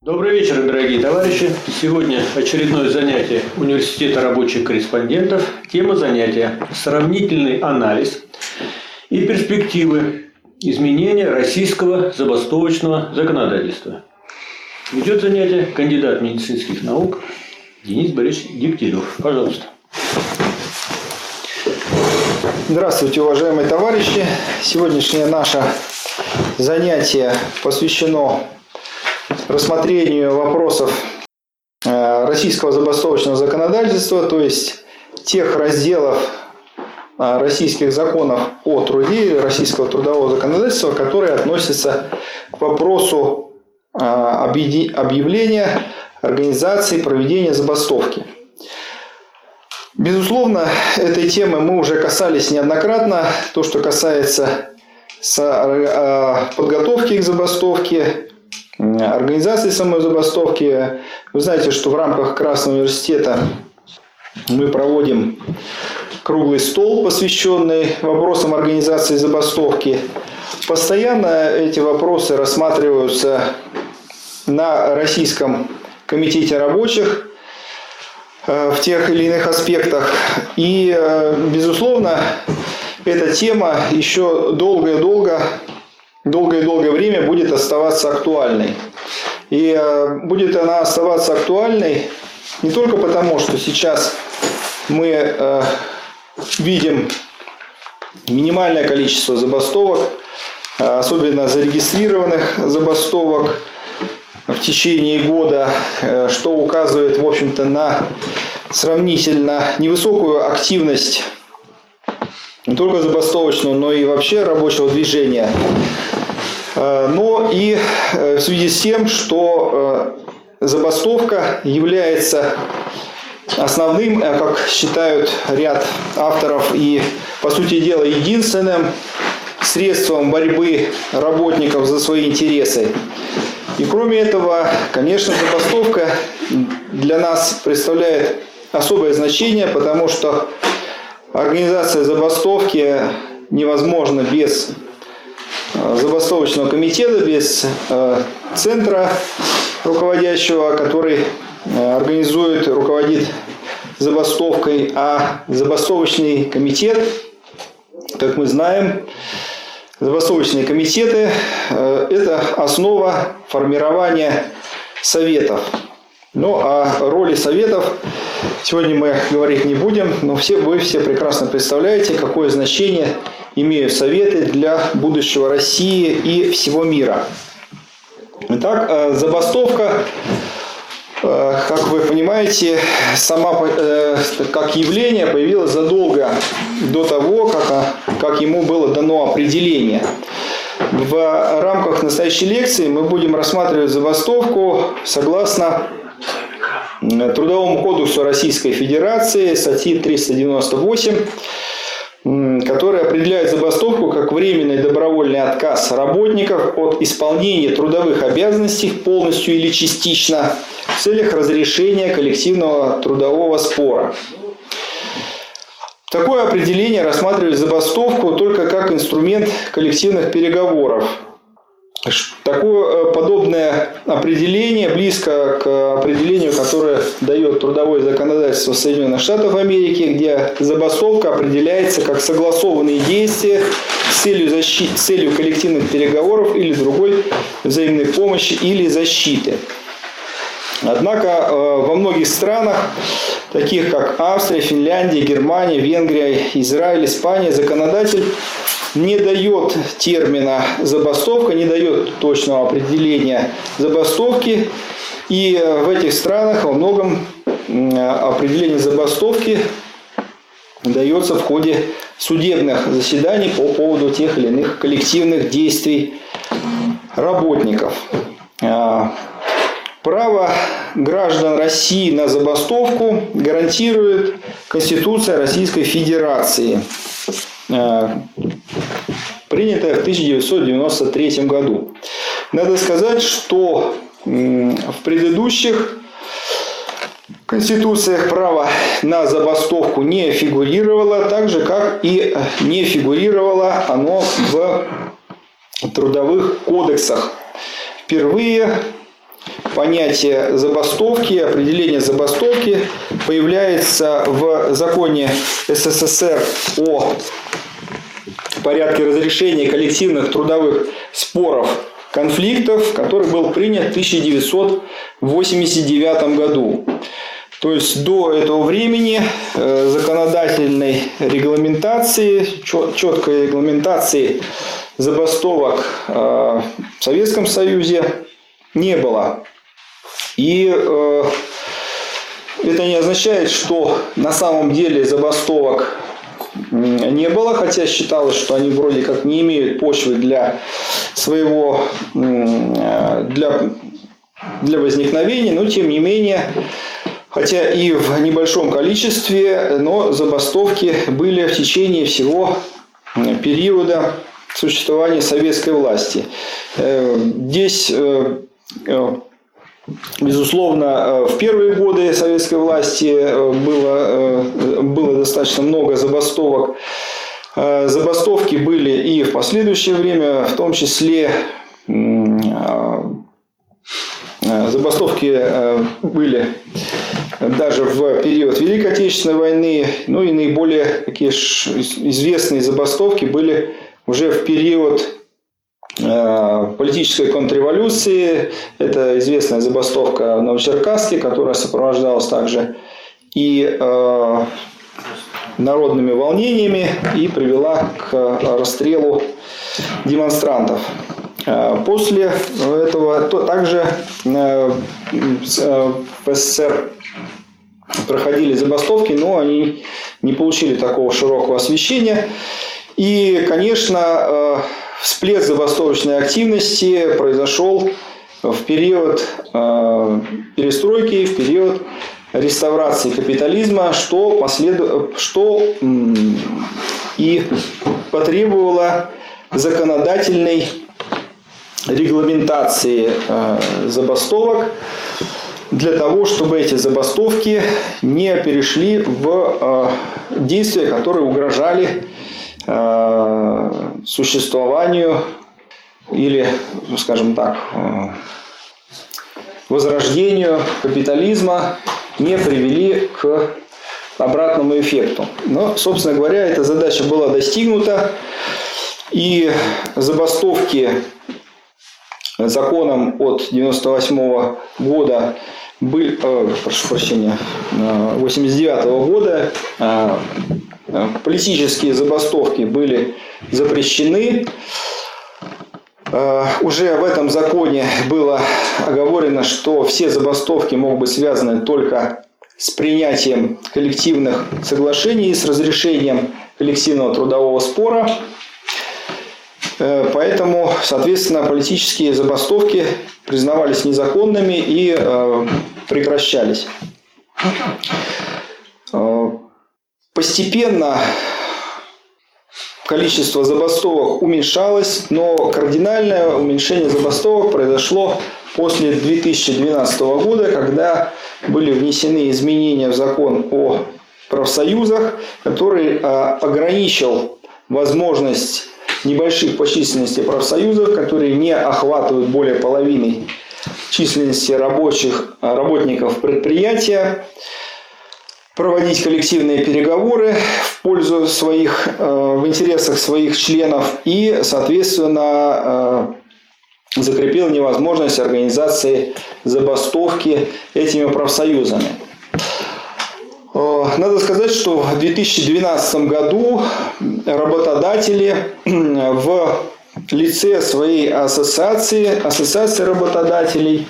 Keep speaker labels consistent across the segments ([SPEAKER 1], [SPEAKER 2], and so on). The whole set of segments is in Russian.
[SPEAKER 1] Добрый вечер, дорогие товарищи. Сегодня очередное занятие Университета рабочих корреспондентов. Тема занятия – сравнительный анализ и перспективы изменения российского забастовочного законодательства. Ведет занятие кандидат медицинских наук Денис Борисович Дептилев. Пожалуйста.
[SPEAKER 2] Здравствуйте, уважаемые товарищи. Сегодняшнее наше занятие посвящено рассмотрению вопросов российского забастовочного законодательства, то есть тех разделов российских законов о труде, российского трудового законодательства, которые относятся к вопросу объявления, организации, проведения забастовки. Безусловно, этой темы мы уже касались неоднократно. То, что касается подготовки к забастовке, организации самой забастовки. Вы знаете, что в рамках Красного университета мы проводим круглый стол, посвященный вопросам организации забастовки. Постоянно эти вопросы рассматриваются на Российском комитете рабочих в тех или иных аспектах. И, безусловно, эта тема еще долгое время будет оставаться актуальной. И будет она оставаться актуальной не только потому, что сейчас мы видим минимальное количество забастовок, особенно зарегистрированных забастовок в течение года, что указывает, в общем-то, на сравнительно невысокую активность не только забастовочного, но и вообще рабочего движения. Но и в связи с тем, что забастовка является основным, как считают ряд авторов, и, по сути дела, единственным средством борьбы работников за свои интересы. И кроме этого, конечно, забастовка для нас представляет особое значение, потому что организация забастовки невозможна без забастовочного комитета, без центра руководящего, который руководит забастовкой. А забастовочный комитет, как мы знаем, забастовочные комитеты – это основа формирования советов. Ну, о роли советов сегодня мы говорить не будем, но вы все прекрасно представляете, какое значение имеют советы для будущего России и всего мира. Итак, забастовка, как вы понимаете, сама как явление появилась задолго до того, как ему было дано определение. В рамках настоящей лекции мы будем рассматривать забастовку согласно Трудовому кодексу Российской Федерации, статьи 398, которая определяет забастовку как временный добровольный отказ работников от исполнения трудовых обязанностей полностью или частично в целях разрешения коллективного трудового спора. Такое определение рассматривает забастовку только как инструмент коллективных переговоров. Такое подобное определение близко к определению, которое дает трудовое законодательство Соединенных Штатов Америки, где забастовка определяется как согласованные действия с целью коллективных переговоров или другой взаимной помощи или защиты. Однако во многих странах, таких как Австрия, Финляндия, Германия, Венгрия, Израиль, Испания, законодатель не дает термина забастовка, не дает точного определения забастовки. И в этих странах во многом определение забастовки дается в ходе судебных заседаний по поводу тех или иных коллективных действий работников. Право граждан России на забастовку гарантирует Конституция Российской Федерации, принятая в 1993 году. Надо сказать, что в предыдущих конституциях право на забастовку не фигурировало, так же, как и не фигурировало оно в трудовых кодексах. Впервые понятие забастовки, определение забастовки появляется в законе СССР о порядке разрешения коллективных трудовых споров, конфликтов, который был принят в 1989 году. То есть до этого времени законодательной регламентации, четкой регламентации забастовок в Советском Союзе не было. И это не означает, что на самом деле забастовок не было, хотя считалось, что они вроде как не имеют почвы для своего для возникновения, но тем не менее, хотя и в небольшом количестве, но забастовки были в течение всего периода существования советской власти. Здесь, безусловно, в первые годы советской власти было достаточно много забастовок. Забастовки были и в последующее время, в том числе забастовки были даже в период Великой Отечественной войны, ну и наиболее такие известные забастовки были уже в период политической контрреволюции. Это известная забастовка в Новочеркасске, которая сопровождалась также и народными волнениями и привела к расстрелу демонстрантов. После этого также в СССР проходили забастовки, но они не получили такого широкого освещения. И, конечно, всплеск забастовочной активности произошел в период перестройки, в период реставрации капитализма, что и потребовало законодательной регламентации забастовок для того, чтобы эти забастовки не перешли в действия, которые угрожали существованию или, скажем так, возрождению капитализма, не привели к обратному эффекту. Но, собственно говоря, эта задача была достигнута, и забастовки законом от 1998 года, 1989 года, политические забастовки были запрещены. Уже в этом законе было оговорено, что все забастовки могут быть связаны только с принятием коллективных соглашений и с разрешением коллективного трудового спора. Поэтому, соответственно, политические забастовки признавались незаконными и прекращались. Постепенно количество забастовок уменьшалось, но кардинальное уменьшение забастовок произошло после 2012 года, когда были внесены изменения в закон о профсоюзах, который ограничил возможность небольших по численности профсоюзов, которые не охватывают более половины численности работников предприятия, проводить коллективные переговоры в интересах своих членов и, соответственно, закрепил невозможность организации забастовки этими профсоюзами. Надо сказать, что в 2012 году работодатели в лице своей ассоциации работодателей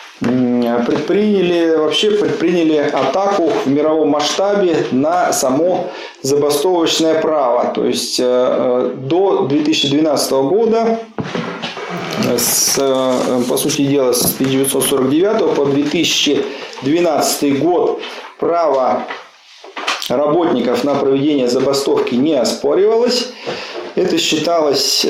[SPEAKER 2] предприняли атаку в мировом масштабе на само забастовочное право. То есть до 2012 года, по сути дела, с 1949 по 2012 год право работников на проведение забастовки не оспоривалось. Это считалось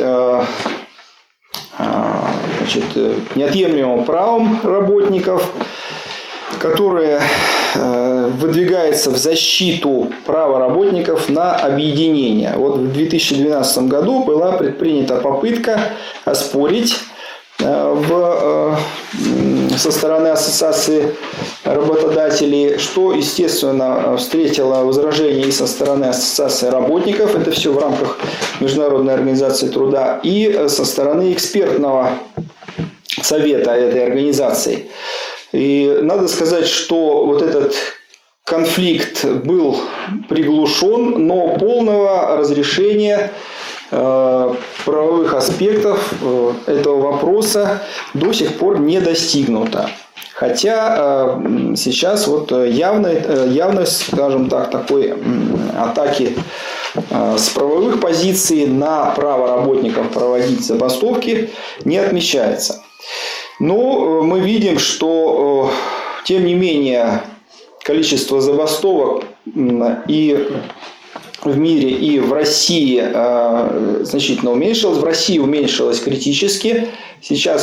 [SPEAKER 2] неотъемлемым правом работников, которое выдвигается в защиту права работников на объединение. Вот в 2012 году была предпринята попытка оспорить в со стороны Ассоциации работодателей, что, естественно, встретило возражения и со стороны Ассоциации работников, это все в рамках Международной организации труда, и со стороны экспертного совета этой организации. И надо сказать, что вот этот конфликт был приглушен, но полного разрешения правовых аспектов этого вопроса до сих пор не достигнуто. Хотя сейчас вот явность, скажем так, такой атаки с правовых позиций на право работников проводить забастовки не отмечается. Но мы видим, что тем не менее количество забастовок и в мире, и в России значительно уменьшилось. В России уменьшилось критически. Сейчас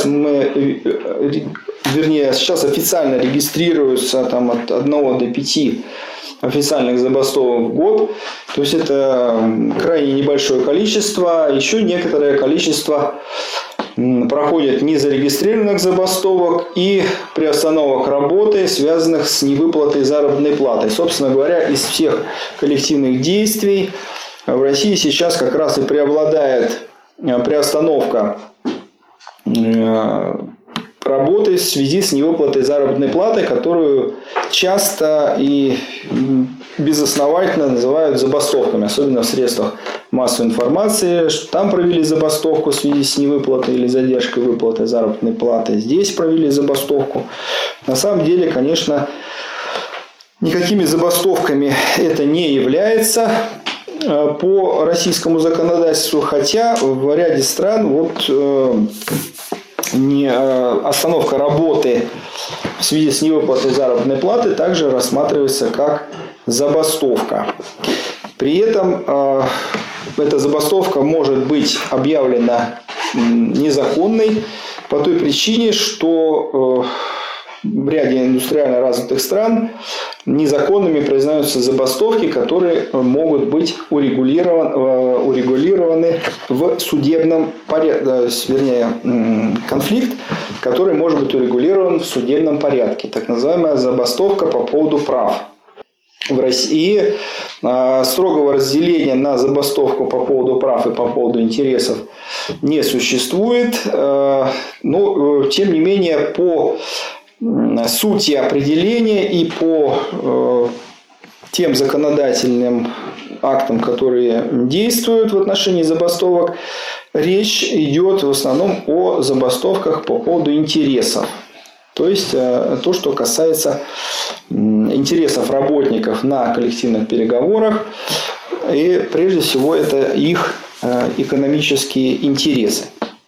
[SPEAKER 2] сейчас официально регистрируются там, от 1 до 5 официальных забастовок в год. То есть это крайне небольшое количество. Еще некоторое количество проходят незарегистрированных забастовок и приостановок работы, связанных с невыплатой заработной платы. Собственно говоря, из всех коллективных действий в России сейчас как раз и преобладает приостановка работы в связи с невыплатой заработной платы, которую часто и безосновательно называют забастовками, особенно в средствах массовой информации, что там провели забастовку в связи с невыплатой или задержкой выплаты заработной платы, здесь провели забастовку. На самом деле, конечно, никакими забастовками это не является по российскому законодательству, хотя в ряде стран остановка работы в связи с невыплатой заработной платы также рассматривается как забастовка. При этом эта забастовка может быть объявлена незаконной по той причине, что в ряде индустриально развитых стран незаконными признаются забастовки, которые могут быть урегулированы в судебном порядке, конфликт, который может быть урегулирован в судебном порядке, так называемая забастовка по поводу прав. В России строгого разделения на забастовку по поводу прав и по поводу интересов не существует, но тем не менее по сути определения и по тем законодательным актам, которые действуют в отношении забастовок, речь идет в основном о забастовках по поводу интересов. То есть то, что касается интересов работников на коллективных переговорах, и прежде всего это их экономические интересы.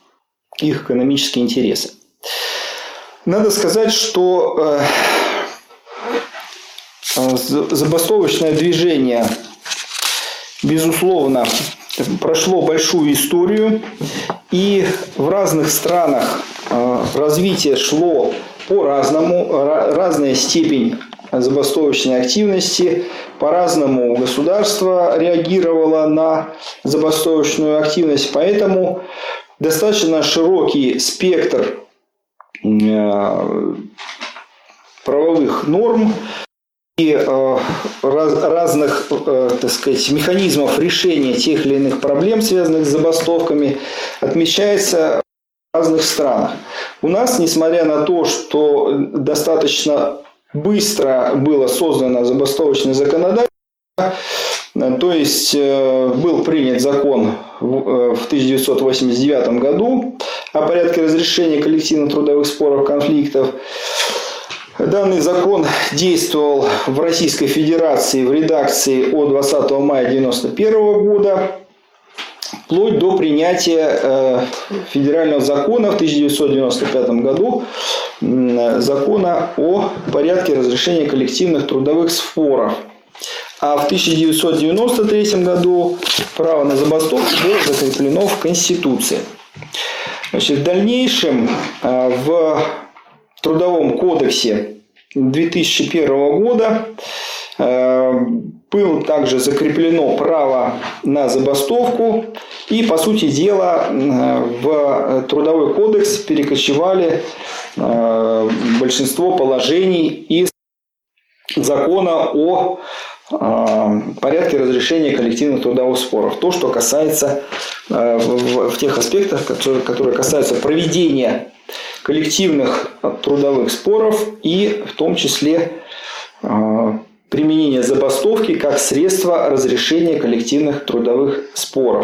[SPEAKER 2] Надо сказать, что забастовочное движение, безусловно, прошло большую историю, и в разных странах развитие шло по-разному, разная степень забастовочной активности, по-разному государство реагировало на забастовочную активность, поэтому достаточно широкий спектр правовых норм и разных, так сказать, механизмов решения тех или иных проблем, связанных с забастовками, отмечается в разных странах. У нас, несмотря на то, что достаточно быстро было создано забастовочное законодательство, то есть был принят закон в 1989 году о порядке разрешения коллективно-трудовых споров, конфликтов. Данный закон действовал в Российской Федерации в редакции от 20 мая 1991 года, вплоть до принятия федерального закона в 1995 году, закона о порядке разрешения коллективных трудовых споров. А в 1993 году право на забастовку было закреплено в Конституции. Значит, в дальнейшем в Трудовом кодексе 2001 года было также закреплено право на забастовку, и, по сути дела, в Трудовой кодекс перекочевали большинство положений из закона о порядке разрешения коллективных трудовых споров. То, что касается в тех аспектах, которые касаются проведения коллективных трудовых споров и в том числе применения забастовки как средства разрешения коллективных трудовых споров.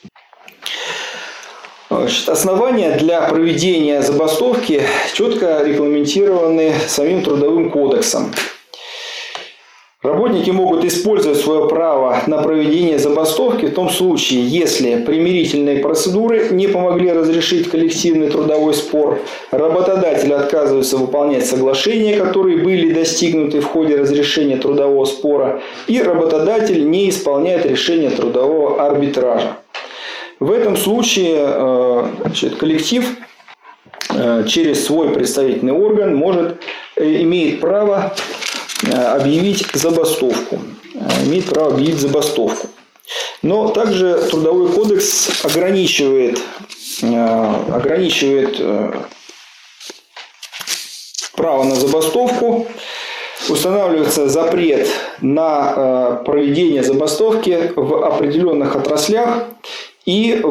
[SPEAKER 2] Основания для проведения забастовки четко регламентированы самим Трудовым кодексом. Работники могут использовать свое право на проведение забастовки в том случае, если примирительные процедуры не помогли разрешить коллективный трудовой спор, работодатель отказывается выполнять соглашения, которые были достигнуты в ходе разрешения трудового спора, и работодатель не исполняет решение трудового арбитража. В этом случае коллектив через свой представительный орган имеет право объявить забастовку. Но также Трудовой кодекс ограничивает право на забастовку. Устанавливается запрет на проведение забастовки в определенных отраслях и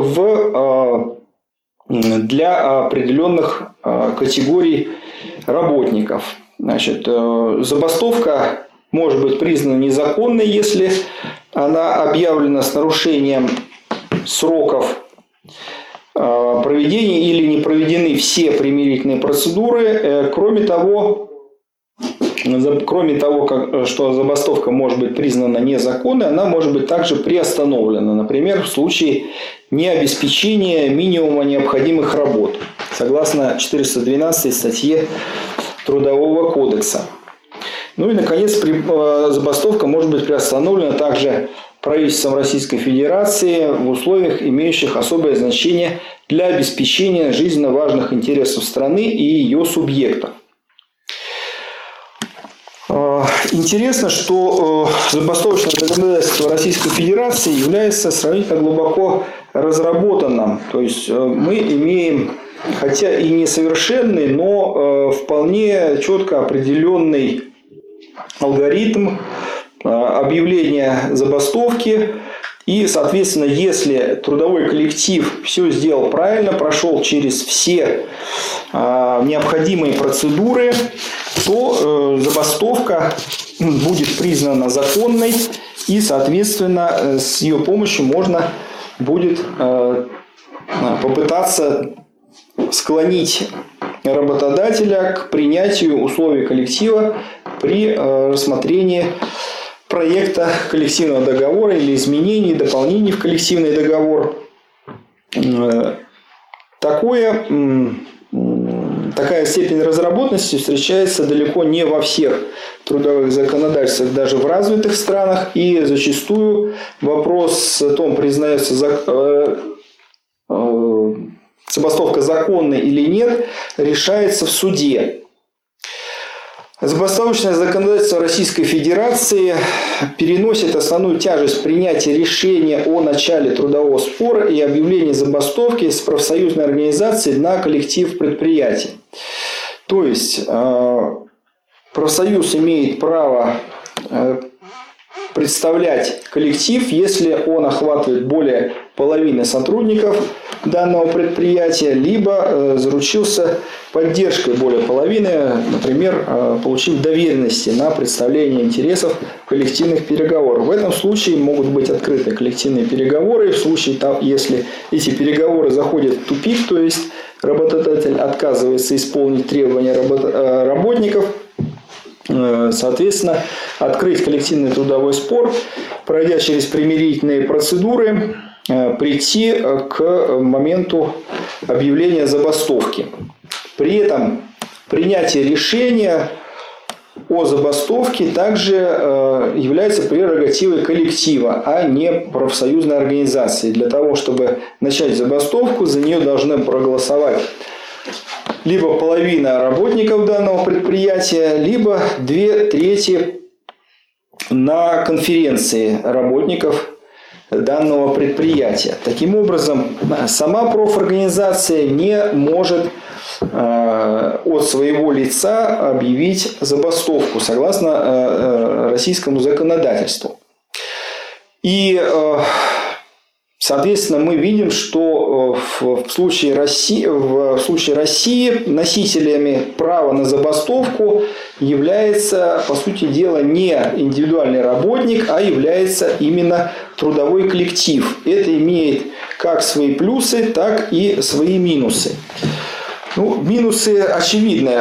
[SPEAKER 2] для определенных категорий работников. Забастовка может быть признана незаконной, если она объявлена с нарушением сроков проведения или не проведены все примирительные процедуры. Кроме того, что забастовка может быть признана незаконной, она может быть также приостановлена, например, в случае необеспечения минимума необходимых работ, согласно 412 статье Трудового кодекса. И, наконец, забастовка может быть приостановлена также правительством Российской Федерации в условиях, имеющих особое значение для обеспечения жизненно важных интересов страны и ее субъектов. Интересно, что забастовочное законодательство Российской Федерации является сравнительно глубоко разработанным. То есть мы имеем, хотя и несовершенный, но вполне четко определенный алгоритм объявления забастовки. И, соответственно, если трудовой коллектив все сделал правильно, прошел через все необходимые процедуры, то забастовка будет признана законной, и, соответственно, с ее помощью можно будет попытаться склонить работодателя к принятию условий коллектива при рассмотрении проекта коллективного договора или изменений, дополнений в коллективный договор. Такая степень разработанности встречается далеко не во всех трудовых законодательствах, даже в развитых странах, и зачастую вопрос о том, признается забастовка законной или нет, решается в суде. Забастовочное законодательство Российской Федерации переносит основную тяжесть принятия решения о начале трудового спора и объявления забастовки с профсоюзной организацией на коллектив предприятия. То есть профсоюз имеет право представлять коллектив, если он охватывает более половины сотрудников данного предприятия, либо заручился поддержкой более половины, например, получив доверенности на представление интересов в коллективных переговорах. В этом случае могут быть открыты коллективные переговоры. В случае, если эти переговоры заходят в тупик, то есть работодатель отказывается исполнить требования работников, соответственно, открыть коллективный трудовой спор, пройдя через примирительные процедуры, прийти к моменту объявления забастовки. При этом принятие решения о забастовке также является прерогативой коллектива, а не профсоюзной организации. Для того, чтобы начать забастовку, за нее должны проголосовать либо половина работников данного предприятия, либо 2/3 на конференции работников данного предприятия. Таким образом, сама профорганизация не может от своего лица объявить забастовку согласно российскому законодательству. И, соответственно, мы видим, что в случае России носителями права на забастовку является, по сути дела, не индивидуальный работник, а является именно трудовой коллектив. Это имеет как свои плюсы, так и свои минусы. Минусы очевидны.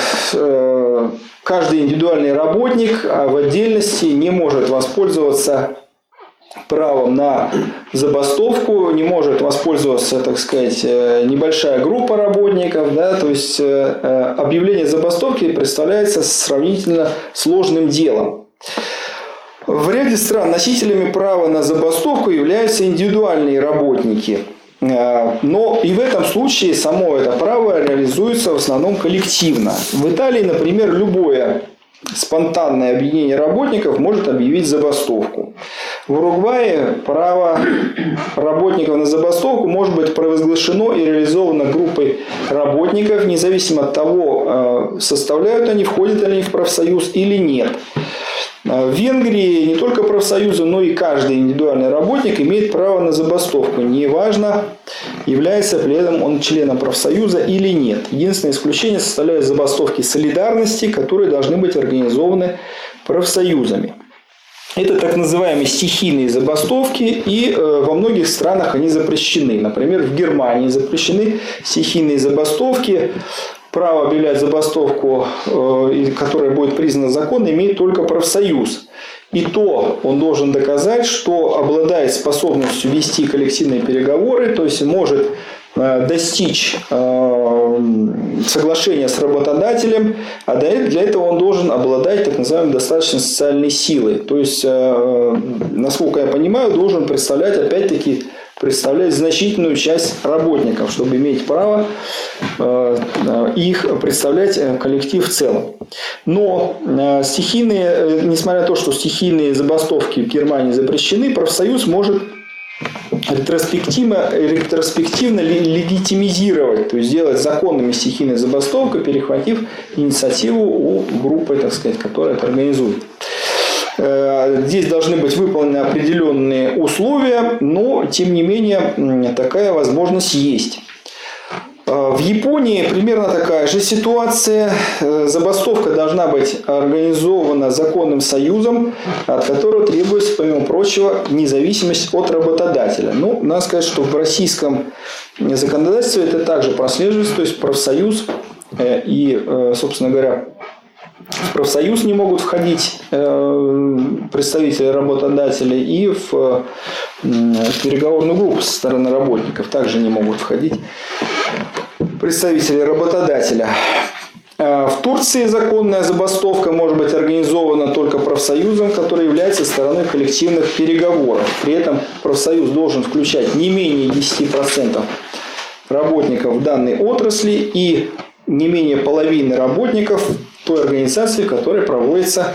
[SPEAKER 2] Каждый индивидуальный работник в отдельности не может воспользоваться правом на забастовку, не может воспользоваться, так сказать, небольшая группа работников. Да, то есть объявление забастовки представляется сравнительно сложным делом. В ряде стран носителями права на забастовку являются индивидуальные работники. Но и в этом случае само это право реализуется в основном коллективно. В Италии, например, любое спонтанное объединение работников может объявить забастовку. В Уругвае право работников на забастовку может быть провозглашено и реализовано группой работников, независимо от того, составляют они, входят ли они в профсоюз или нет. В Венгрии не только профсоюзы, но и каждый индивидуальный работник имеет право на забастовку. Неважно, является при этом он членом профсоюза или нет. Единственное исключение составляют забастовки солидарности, которые должны быть организованы профсоюзами. Это так называемые стихийные забастовки, и во многих странах они запрещены. Например, в Германии запрещены стихийные забастовки. Право объявлять забастовку, которая будет признана законной, имеет только профсоюз. И то он должен доказать, что обладает способностью вести коллективные переговоры, то есть может достичь соглашения с работодателем, а для этого он должен обладать так называемой достаточной социальной силой. То есть, насколько я понимаю, должен представлять, опять-таки, значительную часть работников, чтобы иметь право их представлять коллектив в целом. Но несмотря на то, что стихийные забастовки в Германии запрещены, профсоюз может ретроспективно легитимизировать, то есть сделать законными стихийную забастовку, перехватив инициативу у группы, так сказать, которая это организует. Здесь должны быть выполнены определенные условия, но, тем не менее, такая возможность есть. В Японии примерно такая же ситуация. Забастовка должна быть организована законным союзом, от которого требуется, помимо прочего, независимость от работодателя. Надо сказать, что в российском законодательстве это также прослеживается, то есть профсоюз и, собственно говоря, в профсоюз не могут входить представители работодателя, и в переговорную группу со стороны работников также не могут входить представители работодателя. В Турции законная забастовка может быть организована только профсоюзом, который является стороной коллективных переговоров. При этом профсоюз должен включать не менее 10% работников в данной отрасли и не менее половины работников той организации, в которой проводятся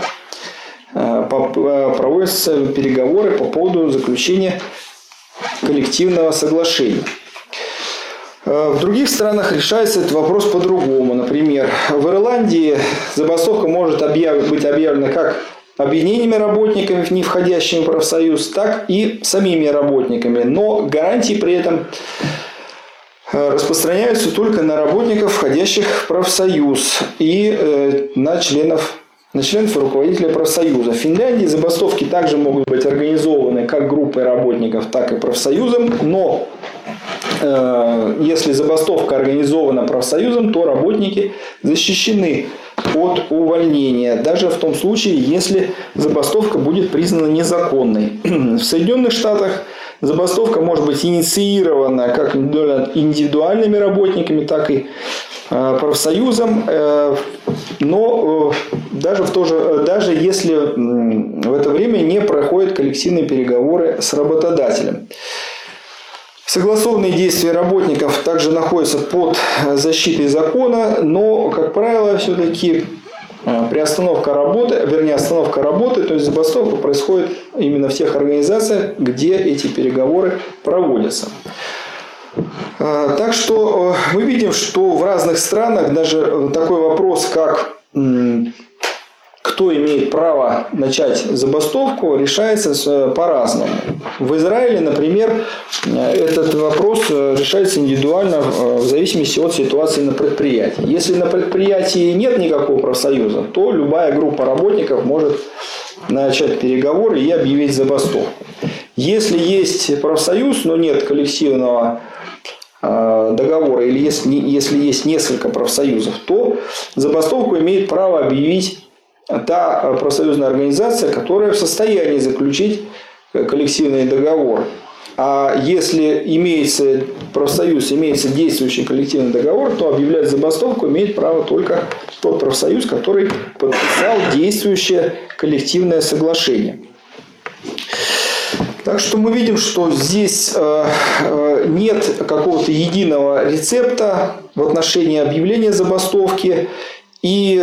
[SPEAKER 2] переговоры по поводу заключения коллективного соглашения. В других странах решается этот вопрос по-другому. Например, в Ирландии забастовка может быть объявлена как объединениями работников, не входящими в профсоюз, так и самими работниками. Но гарантии при этом распространяются только на работников, входящих в профсоюз, и на членов и руководителей профсоюза. В Финляндии забастовки также могут быть организованы как группой работников, так и профсоюзом, но если забастовка организована профсоюзом, то работники защищены от увольнения, даже в том случае, если забастовка будет признана незаконной. В Соединенных Штатах забастовка может быть инициирована как индивидуальными работниками, так и профсоюзом, но даже если в это время не проходят коллективные переговоры с работодателем. Согласованные действия работников также находятся под защитой закона, но, как правило, все-таки остановка работы, то есть забастовка происходит именно в тех организациях, где эти переговоры проводятся. Так что мы видим, что в разных странах даже такой вопрос, как кто имеет право начать забастовку, решается по-разному. В Израиле, например, этот вопрос решается индивидуально в зависимости от ситуации на предприятии. Если на предприятии нет никакого профсоюза, то любая группа работников может начать переговоры и объявить забастовку. Если есть профсоюз, но нет коллективного договора, или если есть несколько профсоюзов, то забастовку имеет право объявить та профсоюзная организация, которая в состоянии заключить коллективный договор. А если имеется профсоюз, имеется действующий коллективный договор, то объявлять забастовку имеет право только тот профсоюз, который подписал действующее коллективное соглашение. Так что мы видим, что здесь нет какого-то единого рецепта в отношении объявления забастовки, и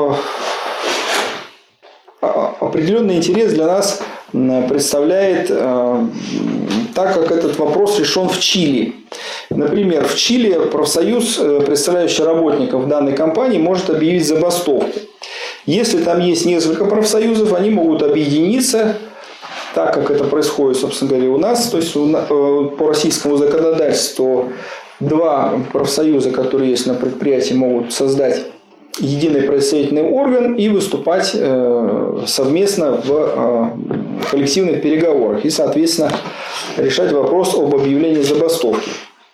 [SPEAKER 2] определенный интерес для нас представляет, так как этот вопрос решен в Чили. Например, в Чили профсоюз, представляющий работников данной компании, может объявить забастовку. Если там есть несколько профсоюзов, они могут объединиться, так как это происходит, собственно говоря, у нас. То есть по российскому законодательству два профсоюза, которые есть на предприятии, могут создать единый представительный орган и выступать совместно в коллективных переговорах и, соответственно, решать вопрос об объявлении забастовки.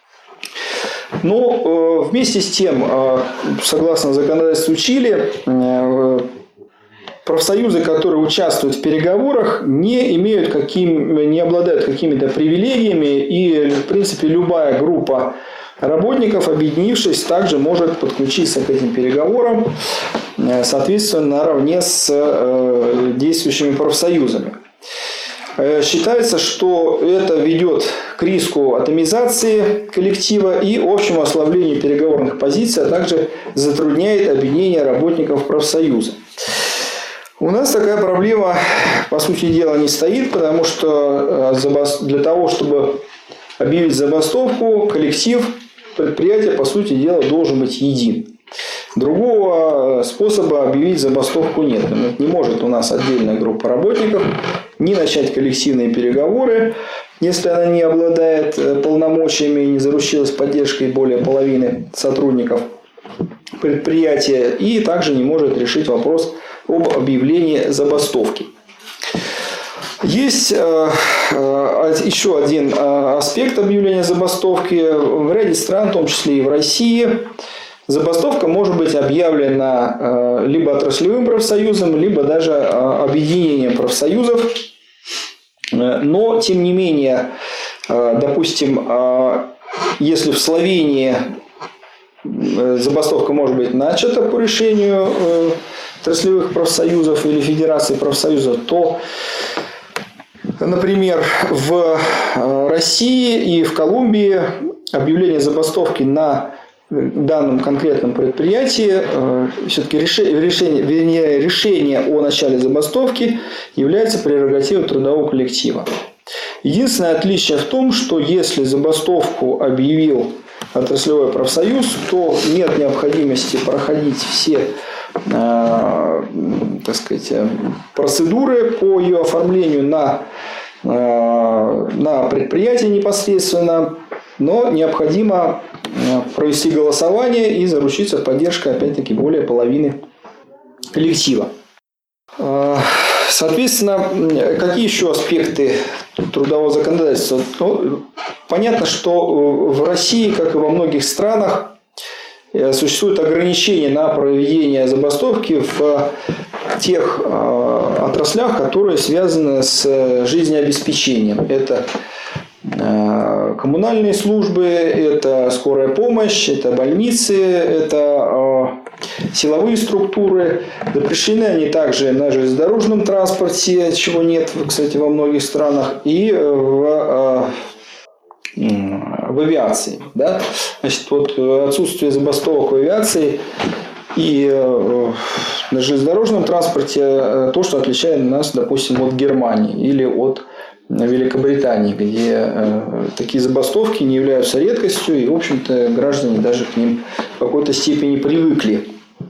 [SPEAKER 2] Но вместе с тем, согласно законодательству Чили, профсоюзы, которые участвуют в переговорах, не обладают какими-то привилегиями, и, в принципе, любая группа работников, объединившись, также может подключиться к этим переговорам, соответственно, наравне с действующими профсоюзами. Считается, что это ведет к риску атомизации коллектива и общему ослаблению переговорных позиций, а также затрудняет объединение работников профсоюза. У нас такая проблема, по сути дела, не стоит, потому что для того, чтобы объявить забастовку, коллектив предприятия, по сути дела, должен быть един. Другого способа объявить забастовку нет. Не может у нас отдельная группа работников не начать коллективные переговоры, если она не обладает полномочиями и не заручилась поддержкой более половины сотрудников предприятия, и также не может решить вопрос об объявлении забастовки. Есть еще один аспект объявления забастовки. В ряде стран, в том числе и в России, забастовка может быть объявлена либо отраслевым профсоюзом, либо даже объединением профсоюзов. Но, тем не менее, допустим, если в Словении забастовка может быть начата по решению отраслевых профсоюзов или федерации профсоюзов, то, например, в России и в Колумбии объявление забастовки на данном конкретном предприятии, все-таки решение о начале забастовки является прерогативой трудового коллектива. Единственное отличие в том, что если забастовку объявил отраслевой профсоюз, то нет необходимости проходить все процедуры по ее оформлению на предприятии непосредственно, но необходимо провести голосование и заручиться поддержкой, опять-таки, более половины коллектива. Соответственно, какие еще аспекты трудового законодательства? Понятно, что в России, как и во многих странах, существуют ограничения на проведение забастовки в тех отраслях, которые связаны с жизнеобеспечением. Это коммунальные службы, это скорая помощь, это больницы, это силовые структуры. Запрещены они также на железнодорожном транспорте, чего нет, кстати, во многих странах, и в авиации. Да? Значит, вот отсутствие забастовок в авиации и на железнодорожном транспорте то, что отличает нас, допустим, от Германии или от Великобритании, где такие забастовки не являются редкостью, и, в общем-то, граждане даже к ним в какой-то степени привыкли.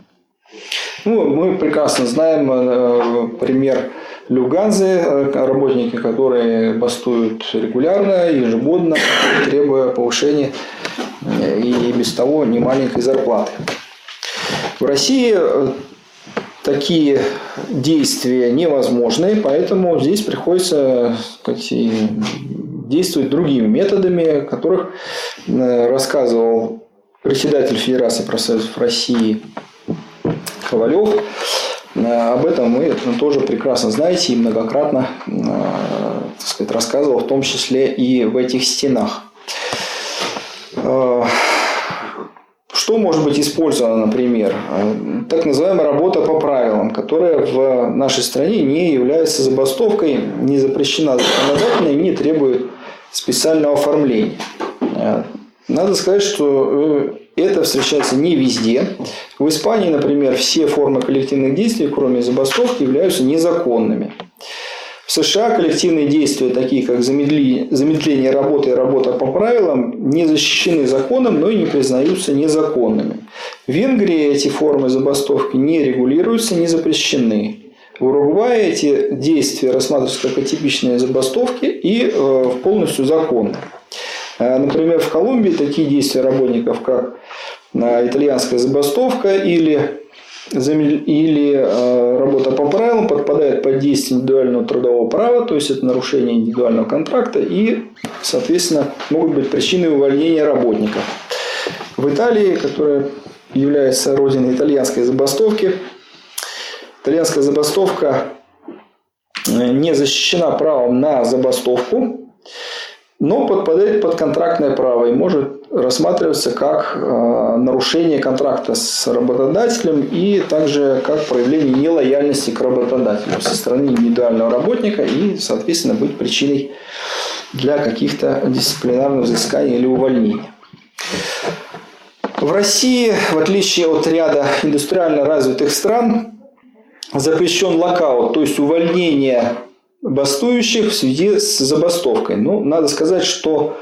[SPEAKER 2] Мы прекрасно знаем пример Люфтганзы, работники, которые бастуют регулярно, ежегодно, требуя повышения и без того немаленькой зарплаты. В России такие действия невозможны, поэтому здесь приходится, действовать другими методами, о которых рассказывал председатель Федерации профсоюзов России Ковалев. Об этом вы тоже прекрасно знаете и многократно, рассказывал, в том числе и в этих стенах. Что может быть использовано, например? Так называемая работа по правилам, которая в нашей стране не является забастовкой, не запрещена законодательно и не требует специального оформления. Надо сказать, что это встречается не везде. В Испании, например, все формы коллективных действий, кроме забастовки, являются незаконными. В США коллективные действия, такие как замедление работы и работа по правилам, не защищены законом, но и не признаются незаконными. В Венгрии эти формы забастовки не регулируются, не запрещены. В Уругвае эти действия рассматриваются как атипичные забастовки и полностью законны. Например, в Колумбии такие действия работников, как итальянская забастовка или работа по правилам, подпадают под действие индивидуального трудового права, то есть это нарушение индивидуального контракта и, соответственно, могут быть причиной увольнения работников. В Италии, которая является родиной итальянской забастовки, итальянская забастовка не защищена правом на забастовку, но подпадает под контрактное право и может рассматриваться как нарушение контракта с работодателем и также как проявление нелояльности к работодателю со стороны индивидуального работника и, соответственно, быть причиной для каких-то дисциплинарных взысканий или увольнений. В России, в отличие от ряда индустриально развитых стран, запрещен локаут, то есть увольнение бастующих в связи с забастовкой. Надо сказать, что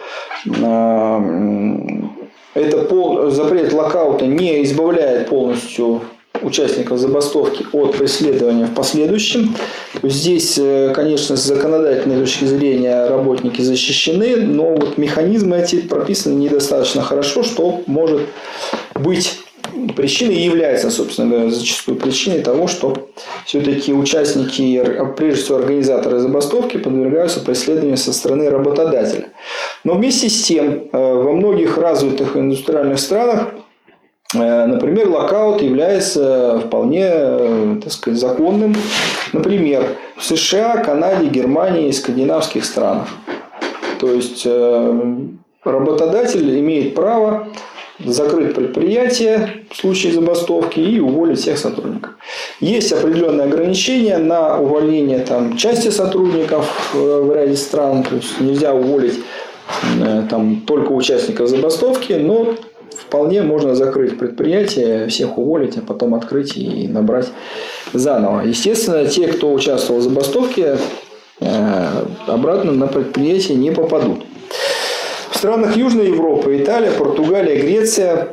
[SPEAKER 2] запрет локаута не избавляет полностью участников забастовки от преследования в последующем. Здесь, конечно, с законодательной точки зрения работники защищены, но механизмы эти прописаны недостаточно хорошо, что может быть причиной и является, собственно говоря, зачастую причиной того, что все-таки участники, прежде всего организаторы забастовки, подвергаются преследованию со стороны работодателя. Но вместе с тем, во многих развитых индустриальных странах, например, локаут является вполне, законным. Например, в США, Канаде, Германии и скандинавских странах. То есть работодатель имеет право закрыть предприятие в случае забастовки и уволить всех сотрудников. Есть определенные ограничения на увольнение части сотрудников в ряде стран. То есть нельзя уволить только участников забастовки, но вполне можно закрыть предприятие, всех уволить, а потом открыть и набрать заново. Естественно, те, кто участвовал в забастовке, обратно на предприятие не попадут. В странах Южной Европы, Италия, Португалия, Греция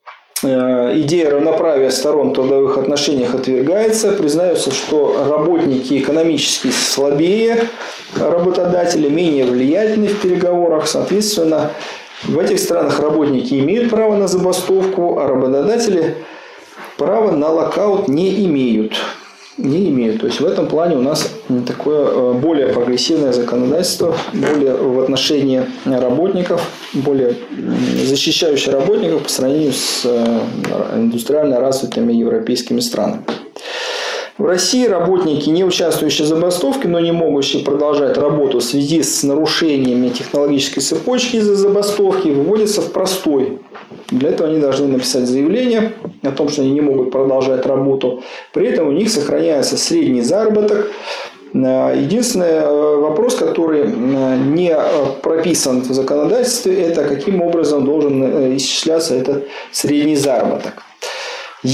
[SPEAKER 2] идея равноправия сторон в трудовых отношениях отвергается. Признается, что работники экономически слабее работодателя, менее влиятельны в переговорах. Соответственно, в этих странах работники имеют право на забастовку, а работодатели права на локаут не имеют. То есть в этом плане у нас такое более прогрессивное законодательство, более в отношении работников, более защищающее работников по сравнению с индустриально развитыми европейскими странами. В России работники, не участвующие в забастовке, но не могущие продолжать работу в связи с нарушениями технологической цепочки из-за забастовки, выводятся в простой. Для этого они должны написать заявление о том, что они не могут продолжать работу. При этом у них сохраняется средний заработок. Единственный вопрос, который не прописан в законодательстве, это каким образом должен исчисляться этот средний заработок.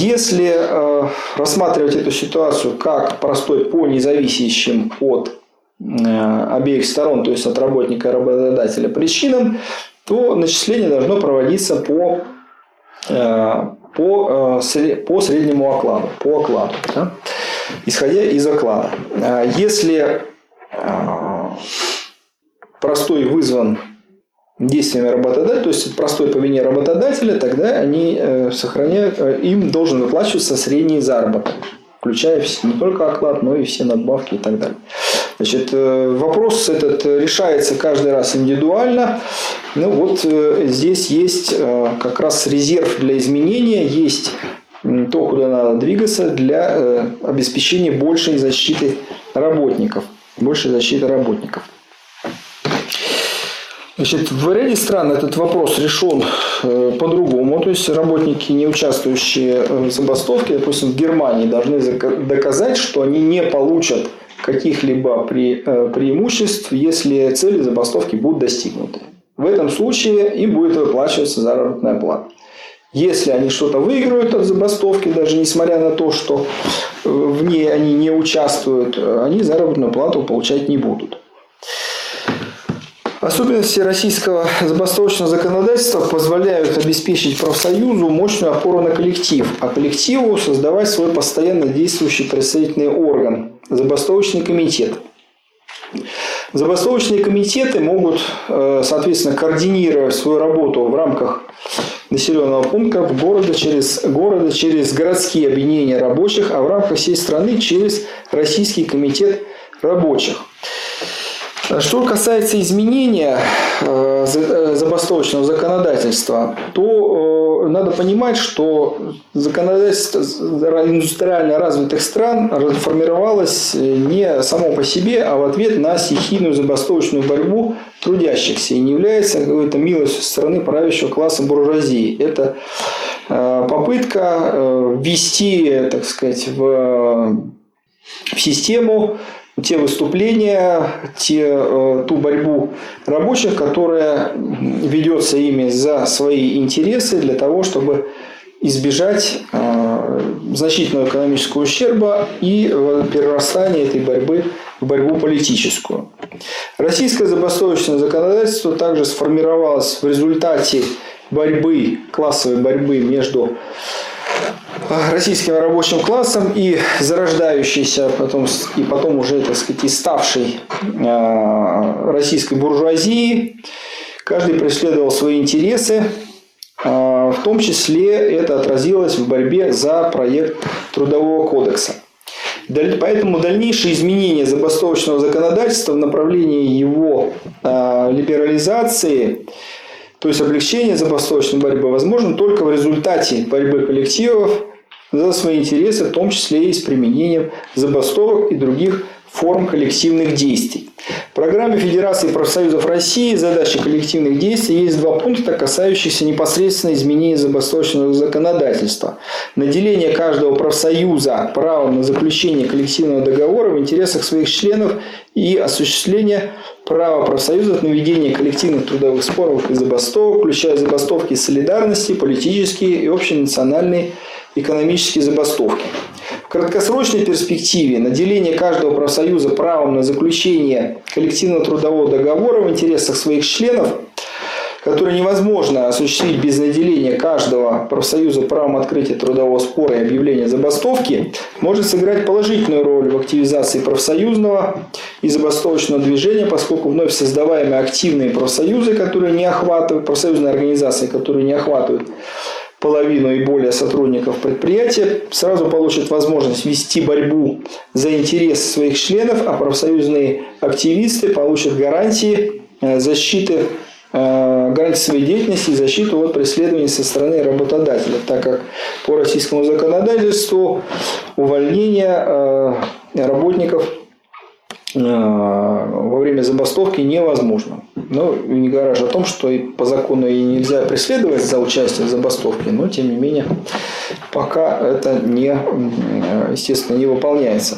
[SPEAKER 2] Если рассматривать эту ситуацию как простой по независящим от обеих сторон, то есть от работника и работодателя, причинам, то начисление должно проводиться по среднему окладу, по окладу, да? Исходя из оклада. Если простой вызван действиями работодателя, то есть простой по вине работодателя, тогда они сохраняют, им должен выплачиваться средний заработок, включая не только оклад, но и все надбавки и так далее. Значит, вопрос этот решается каждый раз индивидуально. Ну вот здесь есть как раз резерв для изменения, есть то, куда надо двигаться для обеспечения большей защиты работников. Значит, в ряде стран этот вопрос решен по-другому. То есть работники, не участвующие в забастовке, допустим, в Германии, должны доказать, что они не получат каких-либо преимуществ, если цели забастовки будут достигнуты. В этом случае им будет выплачиваться заработная плата. Если они что-то выиграют от забастовки, даже несмотря на то, что в ней они не участвуют, они заработную плату получать не будут. Особенности российского забастовочного законодательства позволяют обеспечить профсоюзу мощную опору на коллектив, а коллективу создавать свой постоянно действующий представительный орган – забастовочный комитет. Забастовочные комитеты могут, соответственно, координировать свою работу в рамках населенного пункта города через городские объединения рабочих, а в рамках всей страны через Российский комитет рабочих. Что касается изменения забастовочного законодательства, то надо понимать, что законодательство индустриально развитых стран формировалось не само по себе, а в ответ на стихийную забастовочную борьбу трудящихся и не является какой-то милостью со стороны правящего класса буржуазии. Это попытка ввести, так сказать, в систему те выступления, ту борьбу рабочих, которая ведется ими за свои интересы для того, чтобы избежать значительного экономического ущерба и перерастания этой борьбы в борьбу политическую. Российское забастовочное законодательство также сформировалось в результате борьбы, классовой борьбы между российским рабочим классом и зарождающейся потом уже, так сказать, и ставшей российской буржуазией. Каждый преследовал свои интересы. В том числе это отразилось в борьбе за проект Трудового кодекса. Поэтому дальнейшие изменения забастовочного законодательства в направлении его либерализации, то есть облегчение забастовочной борьбы, возможно только в результате борьбы коллективов за свои интересы, в том числе и с применением забастовок и других форм коллективных действий. В программе Федерации профсоюзов России «Задачи коллективных действий» есть два пункта, касающихся непосредственно изменения забастовочного законодательства. Наделение каждого профсоюза правом на заключение коллективного договора в интересах своих членов и осуществление права профсоюзов на ведение коллективных трудовых споров и забастовок, включая забастовки солидарности, политические и общенациональные экономические забастовки. В краткосрочной перспективе наделение каждого профсоюза правом на заключение коллективного трудового договора в интересах своих членов, которое невозможно осуществить без наделения каждого профсоюза правом открытия трудового спора и объявления забастовки, может сыграть положительную роль в активизации профсоюзного и забастовочного движения, поскольку вновь создаваемые активные профсоюзы, которые не охватывают, профсоюзные организации, которые не охватывают половину и более сотрудников предприятия, сразу получат возможность вести борьбу за интересы своих членов, а профсоюзные активисты получат гарантии защиты своей деятельности и защиту от преследований со стороны работодателя, так как по российскому законодательству увольнение работников во время забастовки невозможно. Но не говоря же о том, что и по закону и нельзя преследовать за участие в забастовке, но тем не менее пока это естественно, не выполняется.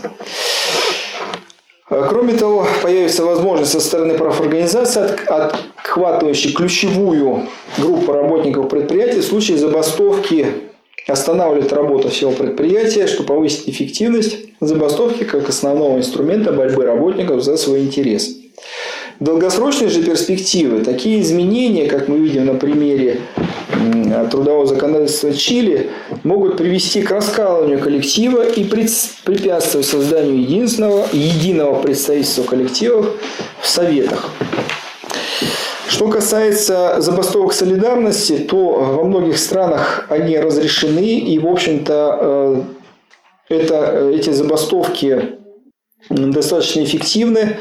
[SPEAKER 2] Кроме того, появится возможность со стороны профорганизации, охватывающей ключевую группу работников предприятий, в случае забастовки останавливает работу всего предприятия, чтобы повысить эффективность забастовки как основного инструмента борьбы работников за свои интересы. В долгосрочной же перспективе такие изменения, как мы видим на примере трудового законодательства Чили, могут привести к раскалыванию коллектива и препятствовать созданию единого представительства коллективов в советах. Что касается забастовок солидарности, то во многих странах они разрешены, и, в общем-то, эти забастовки достаточно эффективны.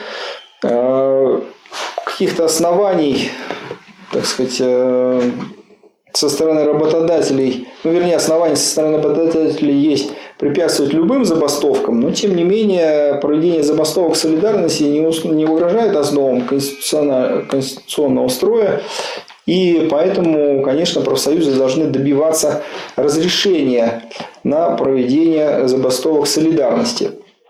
[SPEAKER 2] Каких-то оснований, так сказать, со стороны работодателей, основания со стороны работодателей есть препятствовать любым забастовкам, но тем не менее проведение забастовок солидарности не угрожает основам конституционного строя, и поэтому, конечно, профсоюзы должны добиваться разрешения на проведение забастовок солидарности.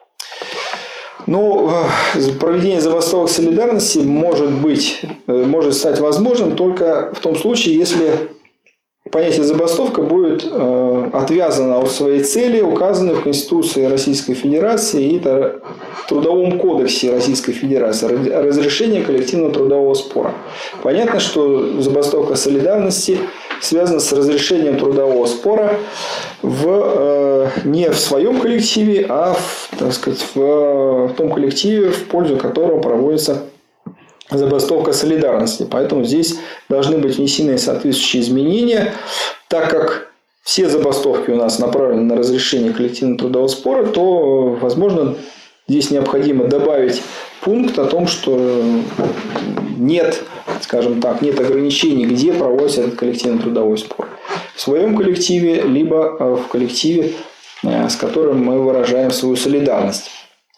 [SPEAKER 2] Но проведение забастовок солидарности может стать возможным только в том случае, если понятие забастовка будет отвязано от своей цели, указанной в Конституции Российской Федерации и Трудовом кодексе Российской Федерации о разрешении коллективного трудового спора. Понятно, что забастовка солидарности связана с разрешением трудового спора не в своем коллективе, а в том коллективе, в пользу которого проводится забастовка солидарности. Поэтому здесь должны быть внесены соответствующие изменения, так как все забастовки у нас направлены на разрешение коллективного трудового спора, то, возможно, здесь необходимо добавить пункт о том, что нет ограничений, где проводится этот коллективный трудовой спор. В своем коллективе, либо в коллективе, с которым мы выражаем свою солидарность.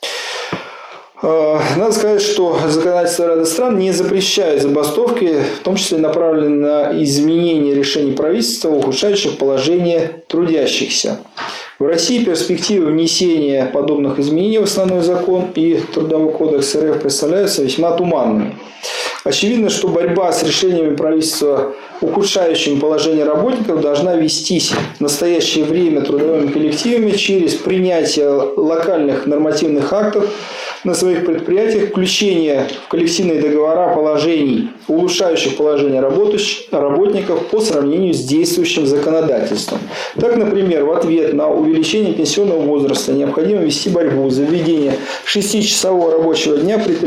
[SPEAKER 2] Надо сказать, что законодательство ряда стран не запрещает забастовки, в том числе направленные на изменение решений правительства, ухудшающих положение трудящихся. В России перспективы внесения подобных изменений в основной закон и Трудовой кодекс РФ представляются весьма туманными. Очевидно, что борьба с решениями правительства, ухудшающими положение работников, должна вестись в настоящее время трудовыми коллективами через принятие локальных нормативных актов на своих предприятиях, включение в коллективные договора положений, улучшающих положение работников по сравнению с действующим законодательством. Так, например, в ответ на увеличение пенсионного возраста необходимо вести борьбу за введение 6-часового рабочего дня при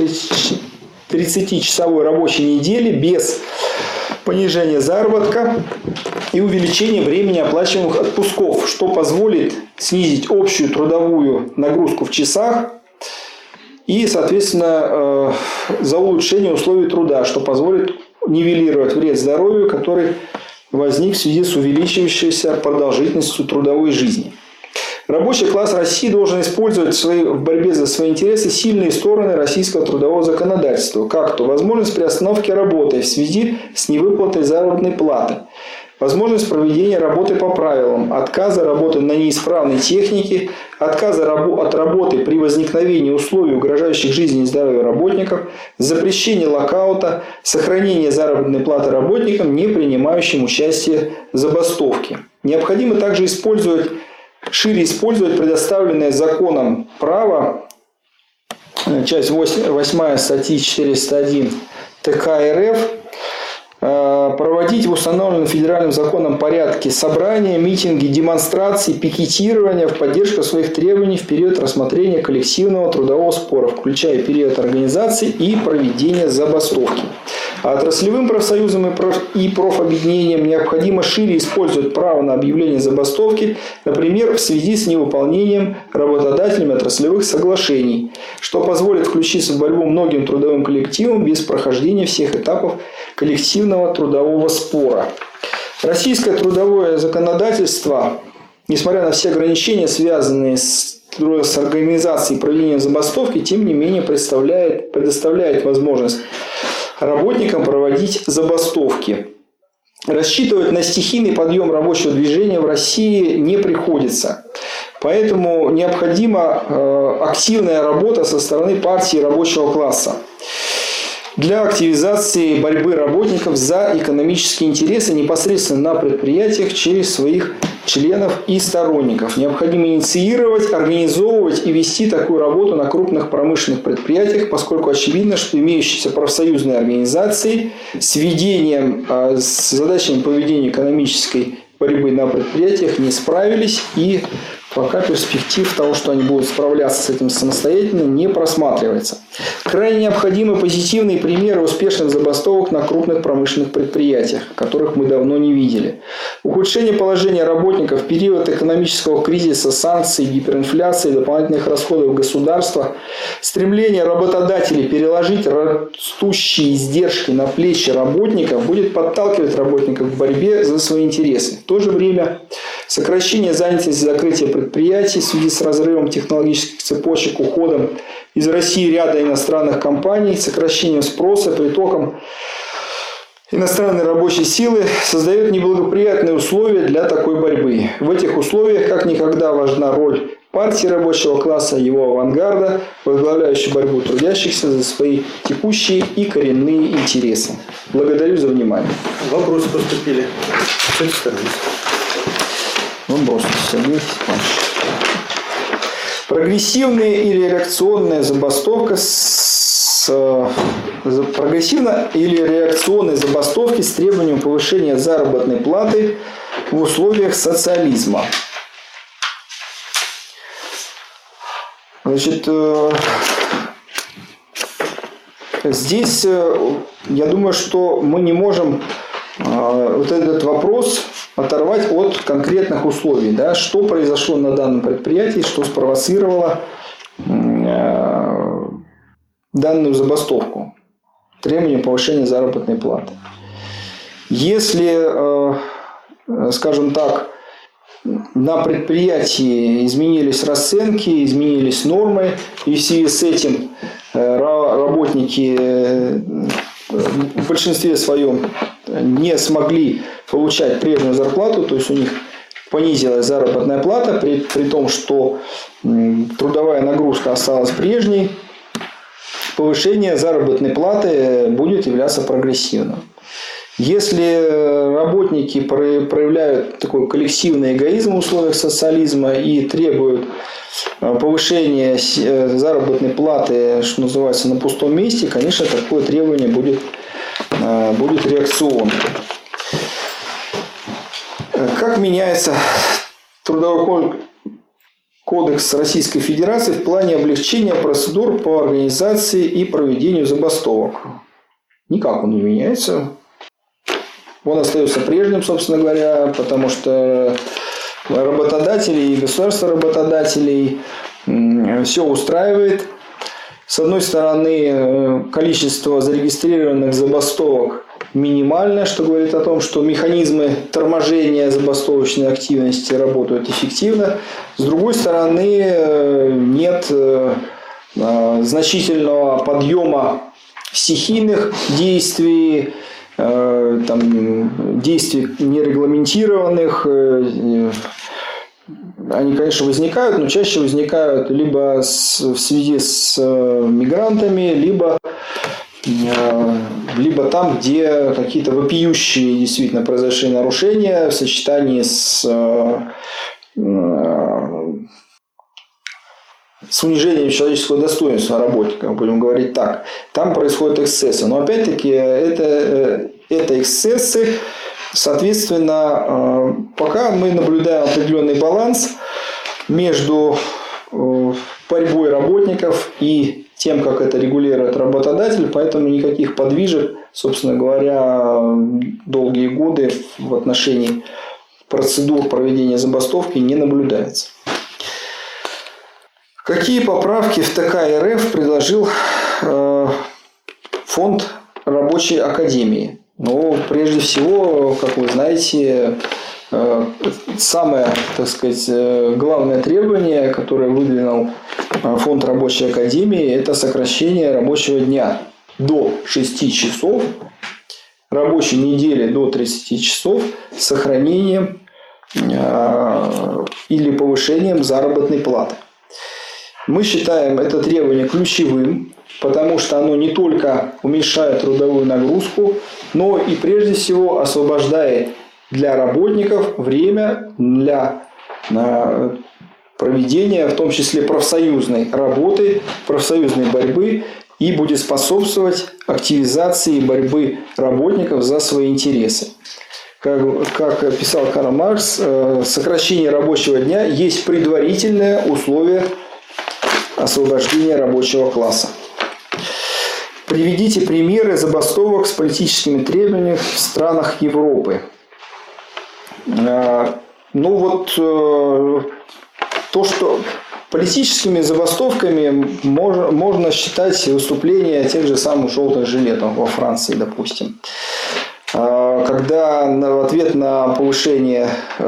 [SPEAKER 2] 30-часовой рабочей неделе без понижения заработка и увеличения времени оплачиваемых отпусков, что позволит снизить общую трудовую нагрузку в часах и, соответственно, за улучшение условий труда, что позволит нивелировать вред здоровью, который возник в связи с увеличивающейся продолжительностью трудовой жизни. Рабочий класс России должен использовать в борьбе за свои интересы сильные стороны российского трудового законодательства, как то возможность приостановки работы в связи с невыплатой заработной платы, возможность проведения работы по правилам, отказа работы на неисправной технике, отказа от работы при возникновении условий, угрожающих жизни и здоровью работников, запрещение локаута, сохранение заработной платы работникам, не принимающим участие в забастовке. Необходимо также шире использовать предоставленное законом право, часть 8 статьи 401 ТК РФ, проводить в установленном федеральным законом порядке собрания, митинги, демонстрации, пикетирования в поддержку своих требований в период рассмотрения коллективного трудового спора, включая период организации и проведения забастовки. А отраслевым профсоюзам и профобъединениям необходимо шире использовать право на объявление забастовки, например, в связи с невыполнением работодателями отраслевых соглашений, что позволит включиться в борьбу многим трудовым коллективам без прохождения всех этапов коллективного трудового спора. Российское трудовое законодательство, несмотря на все ограничения, связанные с организацией и проведением забастовки, тем не менее предоставляет возможность работникам проводить забастовки. Рассчитывать на стихийный подъем рабочего движения в России не приходится. Поэтому необходима активная работа со стороны партии рабочего класса для активизации борьбы работников за экономические интересы непосредственно на предприятиях через своих членов и сторонников. Необходимо инициировать, организовывать и вести такую работу на крупных промышленных предприятиях, поскольку очевидно, что имеющиеся профсоюзные организации с ведением, с задачами по ведению экономической борьбы на предприятиях не справились, и пока перспектив того, что они будут справляться с этим самостоятельно, не просматривается. Крайне необходимы позитивные примеры успешных забастовок на крупных промышленных предприятиях, которых мы давно не видели. Ухудшение положения работников в период экономического кризиса, санкций, гиперинфляции, дополнительных расходов государства, стремление работодателей переложить растущие издержки на плечи работников будет подталкивать работников к борьбе за свои интересы. В то же время сокращение занятости, закрытие предприятий в связи с разрывом технологических цепочек, уходом из России ряда иностранных компаний, сокращением спроса, притоком иностранной рабочей силы создает неблагоприятные условия для такой борьбы. В этих условиях как никогда важна роль партии рабочего класса, его авангарда, возглавляющей борьбу трудящихся за свои текущие и коренные интересы. Благодарю за внимание.
[SPEAKER 1] Вопросы поступили. С этой стороны.
[SPEAKER 2] Вопрос, Сергей Степанович. Прогрессивная или реакционная забастовка прогрессивно или реакционные забастовки с требованием повышения заработной платы в условиях социализма. Значит, здесь я думаю, что мы не можем вот этот вопрос оторвать от конкретных условий. Да? Что произошло на данном предприятии, что спровоцировало данную забастовку, требование повышения заработной платы. Если, скажем так, на предприятии изменились расценки, изменились нормы, и в связи с этим работники в большинстве своем не смогли получать прежнюю зарплату, то есть у них понизилась заработная плата, при том, что трудовая нагрузка осталась прежней, повышение заработной платы будет являться прогрессивным. Если работники проявляют такой коллективный эгоизм в условиях социализма и требуют повышения заработной платы, что называется, на пустом месте, конечно, такое требование будет реакционным. Как меняется трудовой кодекс Российской Федерации в плане облегчения процедур по организации и проведению забастовок? Никак он не меняется. Он остается прежним, собственно говоря, потому что работодатели и государство работодателей все устраивает. С одной стороны, количество зарегистрированных забастовок минимальное, что говорит о том, что механизмы торможения забастовочной активности работают эффективно. С другой стороны, нет значительного подъема стихийных действий, действий нерегламентированных. Они, конечно, возникают, но чаще возникают либо в связи с мигрантами, либо там, где какие-то вопиющие действительно произошли нарушения в сочетании с унижением человеческого достоинства работника, будем говорить так. Там происходят эксцессы. Но опять-таки это эксцессы. Соответственно, пока мы наблюдаем определенный баланс между борьбой работников и тем, как это регулирует работодатель, поэтому никаких подвижек, собственно говоря, долгие годы в отношении процедур проведения забастовки не наблюдается. Какие поправки в ТК РФ предложил фонд Рабочей Академии? Ну, прежде всего, как вы знаете, самое, так сказать, главное требование, которое выдвинул фонд Рабочей Академии, это сокращение рабочего дня до 6 часов, рабочей недели до 30 часов с сохранением или повышением заработной платы. Мы считаем это требование ключевым, потому что оно не только уменьшает трудовую нагрузку, но и прежде всего освобождает для работников время для проведения, в том числе профсоюзной работы, профсоюзной борьбы, и будет способствовать активизации борьбы работников за свои интересы. Как писал Карл Маркс, сокращение рабочего дня есть предварительное условие освобождения рабочего класса. Приведите примеры забастовок с политическими требованиями в странах Европы. Ну вот то, что политическими забастовками можно считать выступления тех же самых желтых жилетов во Франции, допустим. Когда в ответ на повышение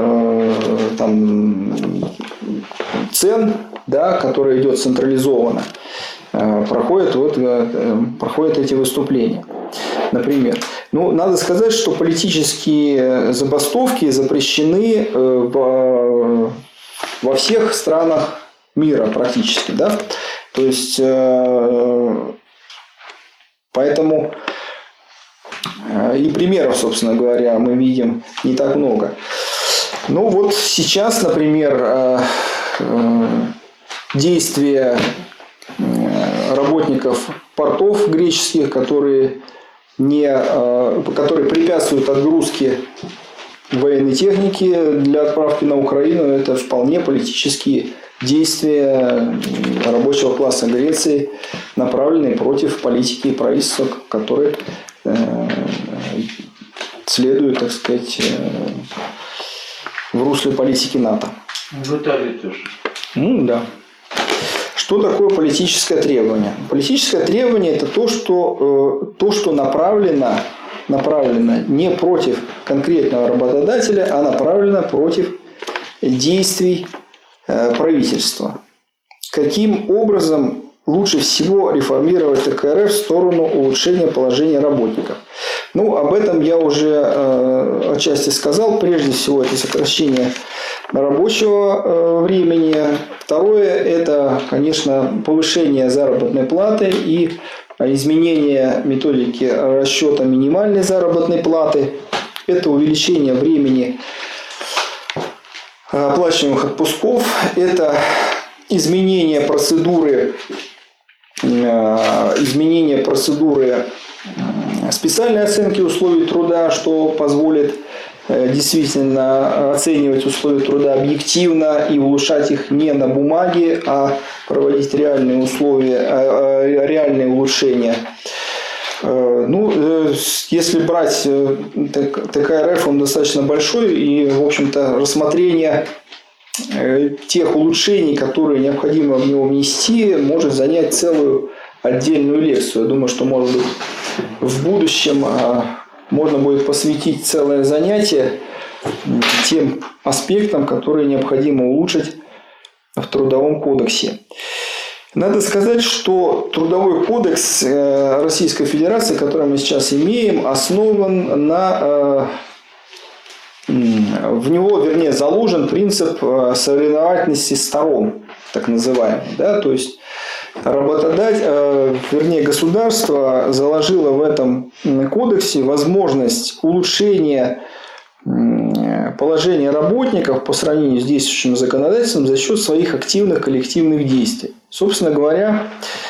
[SPEAKER 2] цен, да, которое идет централизованно, проходят эти выступления. Например. Ну, надо сказать, что политические забастовки запрещены во всех странах мира практически. Да? То есть, поэтому и примеров, собственно говоря, мы видим не так много. Ну, вот сейчас, например, действия работников портов греческих, которые препятствуют отгрузке военной техники для отправки на Украину, это вполне политические действия рабочего класса Греции, направленные против политики и правительства, которые следуют, так сказать, в русле политики НАТО.
[SPEAKER 1] В Италии тоже.
[SPEAKER 2] Ну, да. Что такое политическое требование? Политическое требование – это то, что направлено не против конкретного работодателя, а направлено против действий правительства. Каким образом лучше всего реформировать ТКРФ в сторону улучшения положения работников? Ну, об этом я уже отчасти сказал. Прежде всего, это сокращение рабочего времени. Второе – это, конечно, повышение заработной платы и изменение методики расчета минимальной заработной платы. Это увеличение времени оплачиваемых отпусков. Это изменение процедуры специальной оценки условий труда, что позволит действительно оценивать условия труда объективно и улучшать их не на бумаге, а проводить реальные условия, реальные улучшения. Ну, если брать ТКРФ, он достаточно большой, и, в общем-то, рассмотрение тех улучшений, которые необходимо в него внести, может занять целую отдельную лекцию. Я думаю, что, может быть, в будущем можно будет посвятить целое занятие тем аспектам, которые необходимо улучшить в Трудовом кодексе. Надо сказать, что Трудовой кодекс Российской Федерации, который мы сейчас имеем, основан в него, вернее, заложен принцип соревновательности сторон, так называемый. Да? То есть государство заложило в этом кодексе возможность улучшения положения работников по сравнению с действующим законодательством за счет своих активных коллективных действий. Собственно говоря,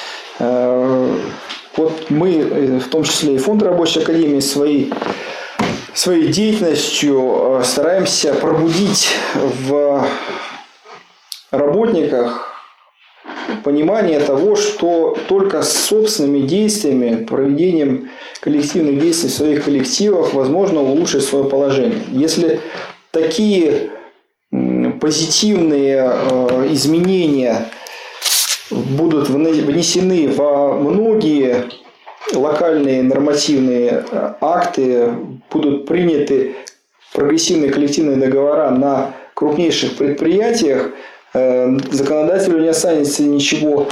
[SPEAKER 2] вот мы, в том числе и Фонд Рабочей Академии, своей деятельностью стараемся пробудить в работниках понимание того, что только с собственными действиями, проведением коллективных действий в своих коллективах возможно улучшить свое положение. Если такие позитивные изменения будут внесены во многие локальные нормативные акты, будут приняты прогрессивные коллективные договора на крупнейших предприятиях, законодателю не останется ничего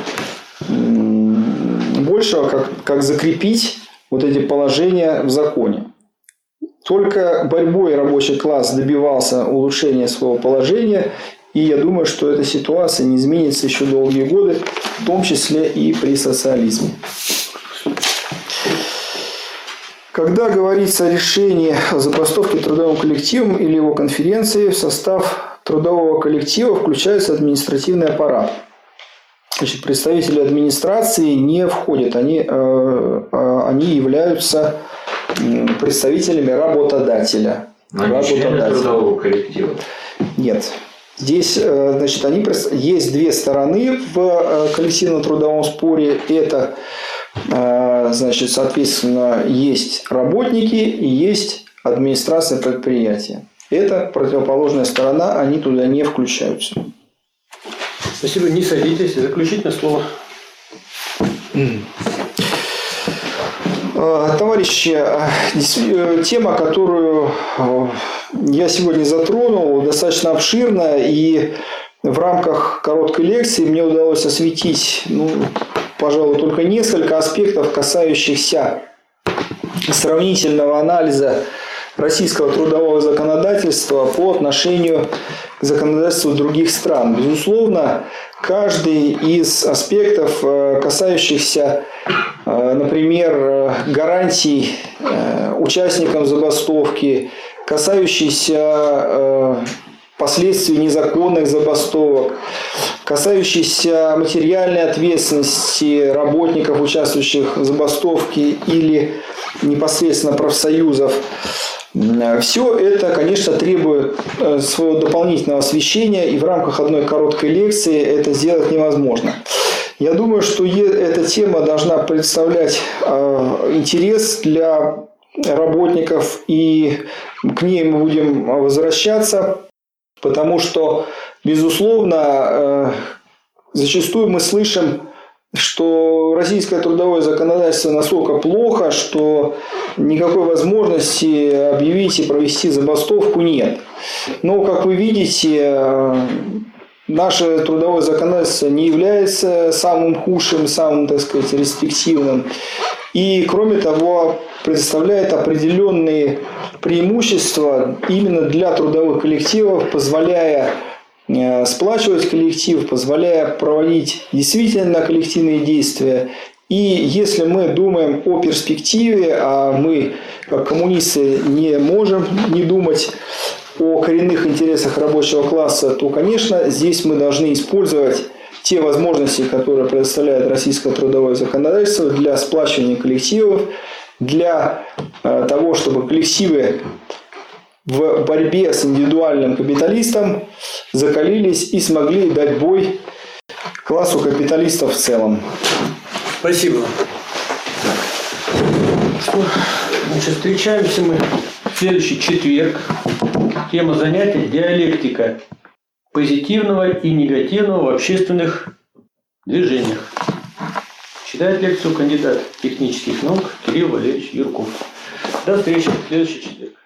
[SPEAKER 2] большего, как закрепить вот эти положения в законе. Только борьбой рабочий класс добивался улучшения своего положения, и я думаю, что эта ситуация не изменится еще долгие годы, в том числе и при социализме. Когда говорится о решении о забастовке трудовым коллективом или его конференции, в состав трудового коллектива включается административный аппарат. Значит, представители администрации не входят, они являются представителями работодателя.
[SPEAKER 1] Но члены трудового коллектива.
[SPEAKER 2] Нет. Здесь, значит, есть две стороны в коллективном трудовом споре. Это, значит, соответственно, есть работники и есть администрация предприятия. Это противоположная сторона, они туда не включаются.
[SPEAKER 1] Спасибо, не садитесь. Заключительное слово.
[SPEAKER 2] Товарищи, тема, которую я сегодня затронул, достаточно обширна, и в рамках короткой лекции мне удалось осветить, пожалуй, только несколько аспектов, касающихся сравнительного анализа российского трудового законодательства по отношению к законодательству других стран. Безусловно, каждый из аспектов, касающихся, например, гарантий участникам забастовки, касающийся последствий незаконных забастовок, касающийся материальной ответственности работников, участвующих в забастовке или непосредственно профсоюзов. Все это, конечно, требует своего дополнительного освещения, и в рамках одной короткой лекции это сделать невозможно. Я думаю, что эта тема должна представлять интерес для работников, и к ней мы будем возвращаться, потому что, безусловно, зачастую мы слышим, что российское трудовое законодательство настолько плохо, что никакой возможности объявить и провести забастовку нет. Но, как вы видите, наше трудовое законодательство не является самым худшим, самым, так сказать, рестриктивным. И, кроме того, предоставляет определенные преимущества именно для трудовых коллективов, позволяя сплачивать коллектив, позволяя проводить действительно коллективные действия. И если мы думаем о перспективе, а мы, как коммунисты, не можем не думать о коренных интересах рабочего класса, то, конечно, здесь мы должны использовать те возможности, которые предоставляет российское трудовое законодательство для сплачивания коллективов, для того, чтобы коллективы в борьбе с индивидуальным капиталистом закалились и смогли дать бой классу капиталистов в целом.
[SPEAKER 1] Спасибо. Значит, встречаемся мы в следующий четверг. Тема занятия – диалектика позитивного и негативного в общественных движениях. Читает лекцию кандидат технических наук Кирилл Валерьевич Юрков. До встречи в следующий четверг.